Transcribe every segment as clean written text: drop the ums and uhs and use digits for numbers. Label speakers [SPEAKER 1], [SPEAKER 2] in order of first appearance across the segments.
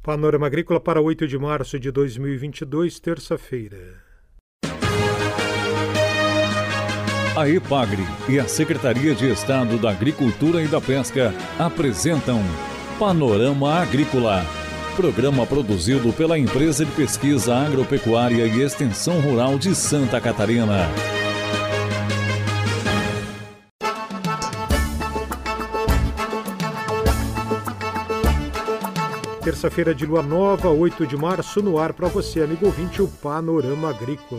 [SPEAKER 1] Panorama Agrícola para 8 de março de 2022, terça-feira.
[SPEAKER 2] A EPAGRE e a Secretaria de Estado da Agricultura e da Pesca apresentam Panorama Agrícola, programa produzido pela Empresa de Pesquisa Agropecuária e Extensão Rural de Santa Catarina.
[SPEAKER 1] Terça-feira de lua nova, 8 de março, no ar para você, amigo ouvinte, o Panorama Agrícola.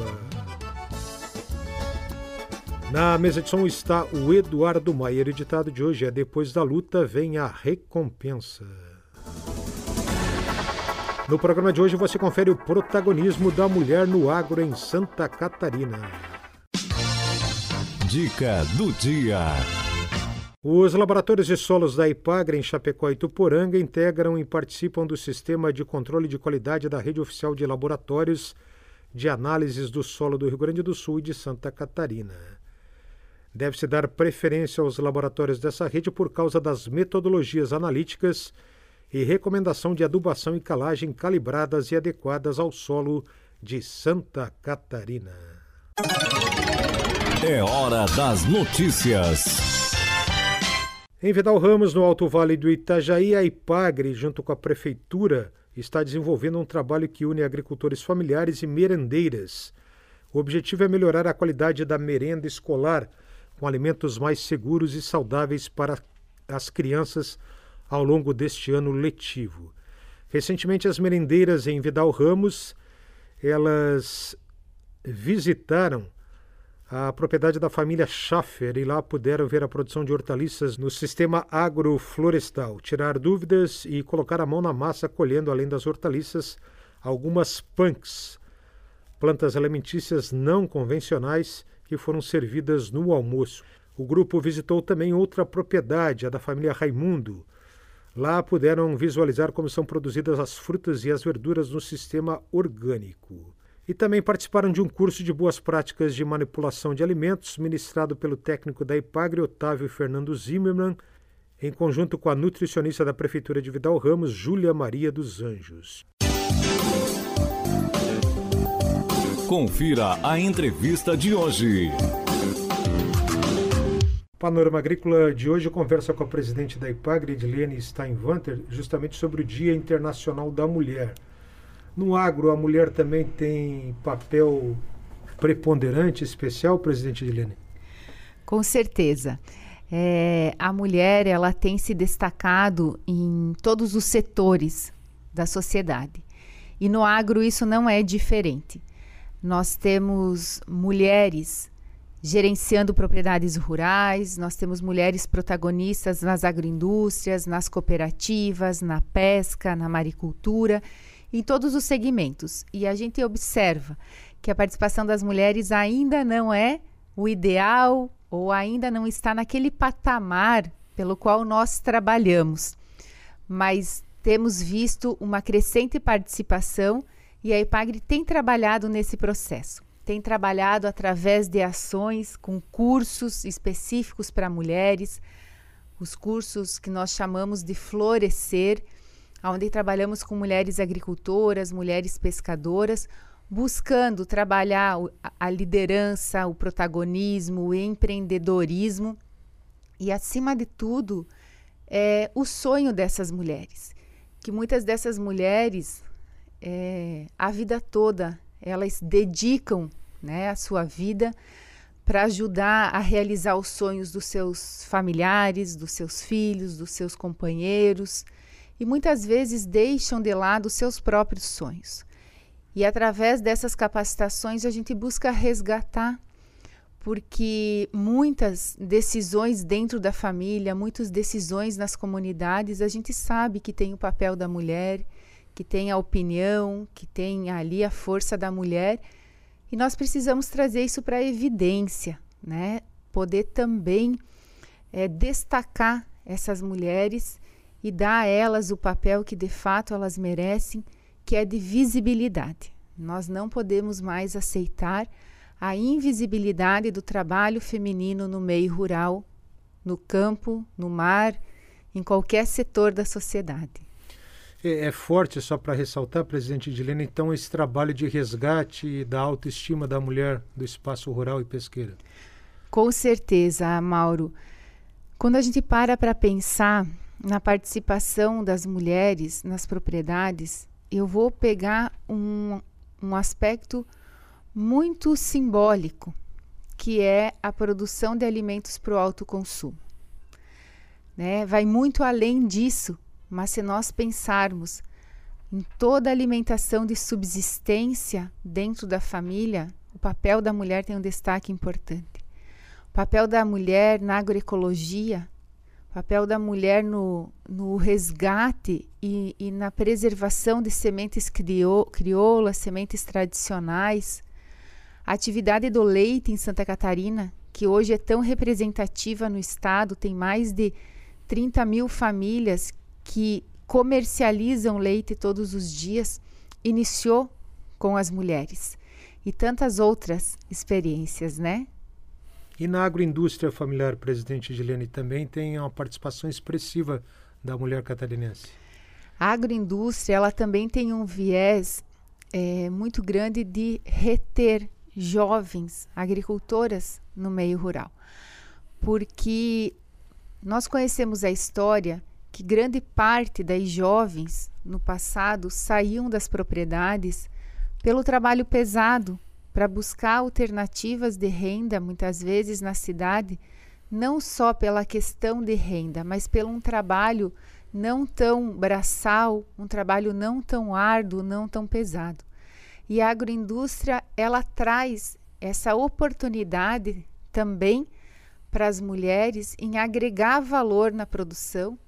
[SPEAKER 1] Na mesa de som está o Eduardo Maier. O ditado de hoje é: depois da luta vem a recompensa. No programa de hoje você confere o protagonismo da mulher no agro em Santa Catarina.
[SPEAKER 2] Dica do dia.
[SPEAKER 1] Os laboratórios de solos da EPAGRE em Chapecó e Tuporanga integram e participam do sistema de controle de qualidade da rede oficial de laboratórios de análises do solo do Rio Grande do Sul e de Santa Catarina. Deve-se dar preferência aos laboratórios dessa rede por causa das metodologias analíticas e recomendação de adubação e calagem calibradas e adequadas ao solo de Santa Catarina.
[SPEAKER 2] É hora das notícias.
[SPEAKER 1] Em Vidal Ramos, no Alto Vale do Itajaí, a EPAGRE, junto com a Prefeitura, está desenvolvendo um trabalho que une agricultores familiares e merendeiras. O objetivo é melhorar a qualidade da merenda escolar, com alimentos mais seguros e saudáveis para as crianças ao longo deste ano letivo. Recentemente, as merendeiras em Vidal Ramos, elas visitaram a propriedade da família Schaffer e lá puderam ver a produção de hortaliças no sistema agroflorestal, tirar dúvidas e colocar a mão na massa colhendo, além das hortaliças, algumas punks, plantas alimentícias não convencionais que foram servidas no almoço. O grupo visitou também outra propriedade, a da família Raimundo. Lá puderam visualizar como são produzidas as frutas e as verduras no sistema orgânico. E também participaram de um curso de boas práticas de manipulação de alimentos, ministrado pelo técnico da EPAGRE, Otávio Fernando Zimmermann, em conjunto com a nutricionista da Prefeitura de Vidal Ramos, Júlia Maria dos Anjos.
[SPEAKER 2] Confira a entrevista de hoje.
[SPEAKER 1] Panorama Agrícola de hoje conversa com a presidente da EPAGRE, Edilene Steinwanter, justamente sobre o Dia Internacional da Mulher. No agro, a mulher também tem papel preponderante, especial, presidente Edilene?
[SPEAKER 3] Com certeza. A mulher, ela tem se destacado em todos os setores da sociedade. E no agro isso não é diferente. Nós temos mulheres gerenciando propriedades rurais, nós temos mulheres protagonistas nas agroindústrias, nas cooperativas, na pesca, na maricultura, em todos os segmentos. E a gente observa que a participação das mulheres ainda não é o ideal ou ainda não está naquele patamar pelo qual nós trabalhamos. Mas temos visto uma crescente participação e a EPAGRE tem trabalhado nesse processo. Tem trabalhado através de ações com cursos específicos para mulheres, os cursos que nós chamamos de Florescer, onde trabalhamos com mulheres agricultoras, mulheres pescadoras, buscando trabalhar a liderança, o protagonismo, o empreendedorismo e, acima de tudo, o sonho dessas mulheres. Que muitas dessas mulheres, a vida toda, elas dedicam, a sua vida para ajudar a realizar os sonhos dos seus familiares, dos seus filhos, dos seus companheiros, e muitas vezes deixam de lado os seus próprios sonhos. E através dessas capacitações a gente busca resgatar, porque muitas decisões dentro da família, muitas decisões nas comunidades, a gente sabe que tem o papel da mulher, que tem a opinião, que tem ali a força da mulher, e nós precisamos trazer isso para a evidência, Poder também destacar essas mulheres e dar a elas o papel que de fato elas merecem, que é de visibilidade. Nós não podemos mais aceitar a invisibilidade do trabalho feminino no meio rural, no campo, no mar, em qualquer setor da sociedade.
[SPEAKER 1] É forte, só para ressaltar, presidente Edilene, então esse trabalho de resgate da autoestima da mulher do espaço rural e pesqueiro.
[SPEAKER 3] Com certeza, Mauro. Quando a gente para pensar na participação das mulheres nas propriedades, eu vou pegar um aspecto muito simbólico, que é a produção de alimentos para o autoconsumo. Né? Vai muito além disso, mas se nós pensarmos em toda a alimentação de subsistência dentro da família, o papel da mulher tem um destaque importante. O papel da mulher na agroecologia, o papel da mulher no resgate e na preservação de sementes crioulas, sementes tradicionais. A atividade do leite em Santa Catarina, que hoje é tão representativa no estado, tem mais de 30 mil famílias que comercializam leite todos os dias, iniciou com as mulheres. E tantas outras experiências, né?
[SPEAKER 1] E na agroindústria familiar, presidente Edilene, também tem uma participação expressiva da mulher catarinense.
[SPEAKER 3] A agroindústria, ela também tem um viés muito grande de reter jovens agricultoras no meio rural. Porque nós conhecemos a história que grande parte das jovens no passado saíam das propriedades pelo trabalho pesado para buscar alternativas de renda, muitas vezes na cidade, não só pela questão de renda, mas pelo um trabalho não tão braçal, um trabalho não tão árduo, não tão pesado. E a agroindústria, ela traz essa oportunidade também para as mulheres em agregar valor na produção.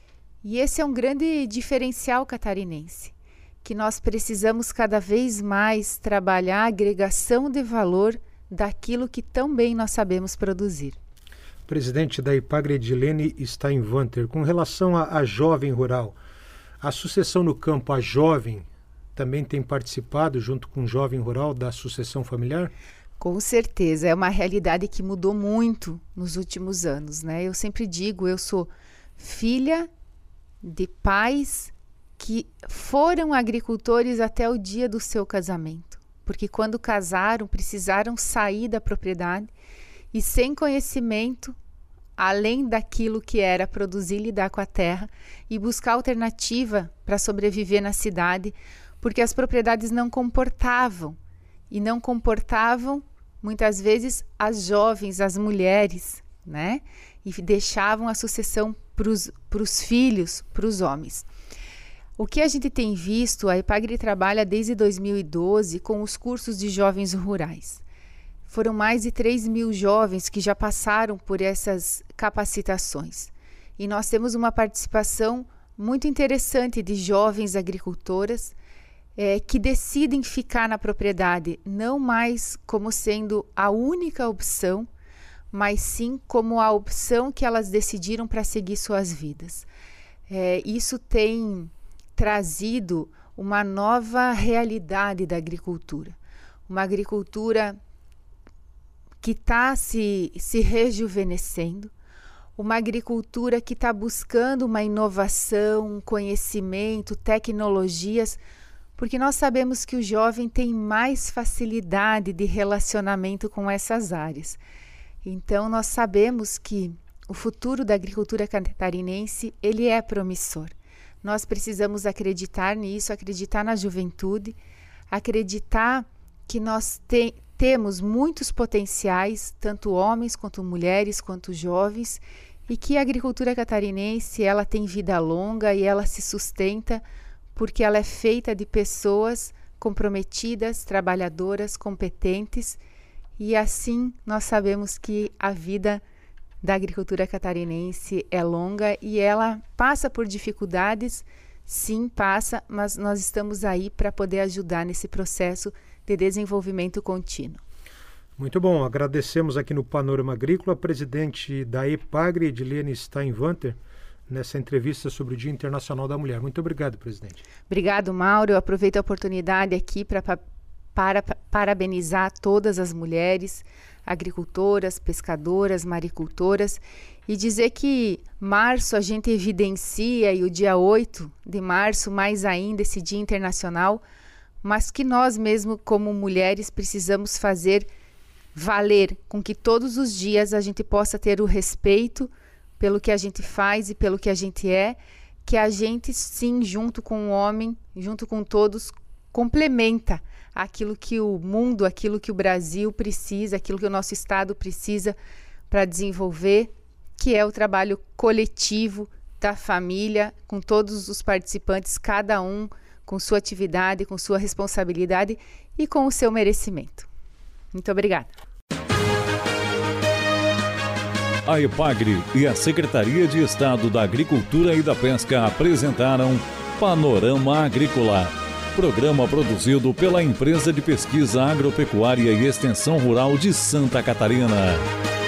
[SPEAKER 3] E esse é um grande diferencial catarinense, que nós precisamos cada vez mais trabalhar a agregação de valor daquilo que tão bem nós sabemos produzir.
[SPEAKER 1] Presidente da Ipagre, Edilene Steinwanter, com relação à jovem rural, a sucessão no campo, a jovem também tem participado junto com o jovem rural da sucessão familiar?
[SPEAKER 3] Com certeza, é uma realidade que mudou muito nos últimos anos, né? Eu sempre digo, eu sou filha de pais que foram agricultores até o dia do seu casamento, porque quando casaram precisaram sair da propriedade e sem conhecimento, além daquilo que era produzir e lidar com a terra e buscar alternativa para sobreviver na cidade, porque as propriedades não comportavam e não comportavam muitas vezes as jovens, as mulheres, né? E deixavam a sucessão para os filhos, para os homens. O que a gente tem visto, a Ipagre trabalha desde 2012 com os cursos de jovens rurais. Foram mais de 3 mil jovens que já passaram por essas capacitações. E nós temos uma participação muito interessante de jovens agricultoras que decidem ficar na propriedade, não mais como sendo a única opção, mas sim como a opção que elas decidiram para seguir suas vidas. Isso tem trazido uma nova realidade da agricultura. Uma agricultura que está se rejuvenescendo, uma agricultura que está buscando uma inovação, um conhecimento, tecnologias, porque nós sabemos que o jovem tem mais facilidade de relacionamento com essas áreas. Então, nós sabemos que o futuro da agricultura catarinense, ele é promissor. Nós precisamos acreditar nisso, acreditar na juventude, acreditar que nós temos muitos potenciais, tanto homens quanto mulheres, quanto jovens, e que a agricultura catarinense, ela tem vida longa e ela se sustenta porque ela é feita de pessoas comprometidas, trabalhadoras, competentes, e assim nós sabemos que a vida da agricultura catarinense é longa e ela passa por dificuldades, sim, passa, mas nós estamos aí para poder ajudar nesse processo de desenvolvimento contínuo.
[SPEAKER 1] Muito bom, agradecemos aqui no Panorama Agrícola a presidente da Ipagre, Edilene Steinwanter, nessa entrevista sobre o Dia Internacional da Mulher. Muito obrigado, presidente.
[SPEAKER 3] Obrigado, Mauro. Eu aproveito a oportunidade aqui para parabenizar todas as mulheres, agricultoras, pescadoras, maricultoras, E dizer que março a gente evidencia, e o dia 8 de março mais ainda, esse Dia Internacional, mas que nós mesmo como mulheres precisamos fazer valer, com que todos os dias a gente possa ter o respeito pelo que a gente faz e pelo que a gente é, que a gente sim, junto com o homem, junto com todos, complementa aquilo que o mundo, aquilo que o Brasil precisa, aquilo que o nosso Estado precisa para desenvolver, que é o trabalho coletivo da família, com todos os participantes, cada um com sua atividade, com sua responsabilidade e com o seu merecimento. Muito obrigada.
[SPEAKER 2] A EPAGRE e a Secretaria de Estado da Agricultura e da Pesca apresentaram Panorama Agrícola, programa produzido pela Empresa de Pesquisa Agropecuária e Extensão Rural de Santa Catarina.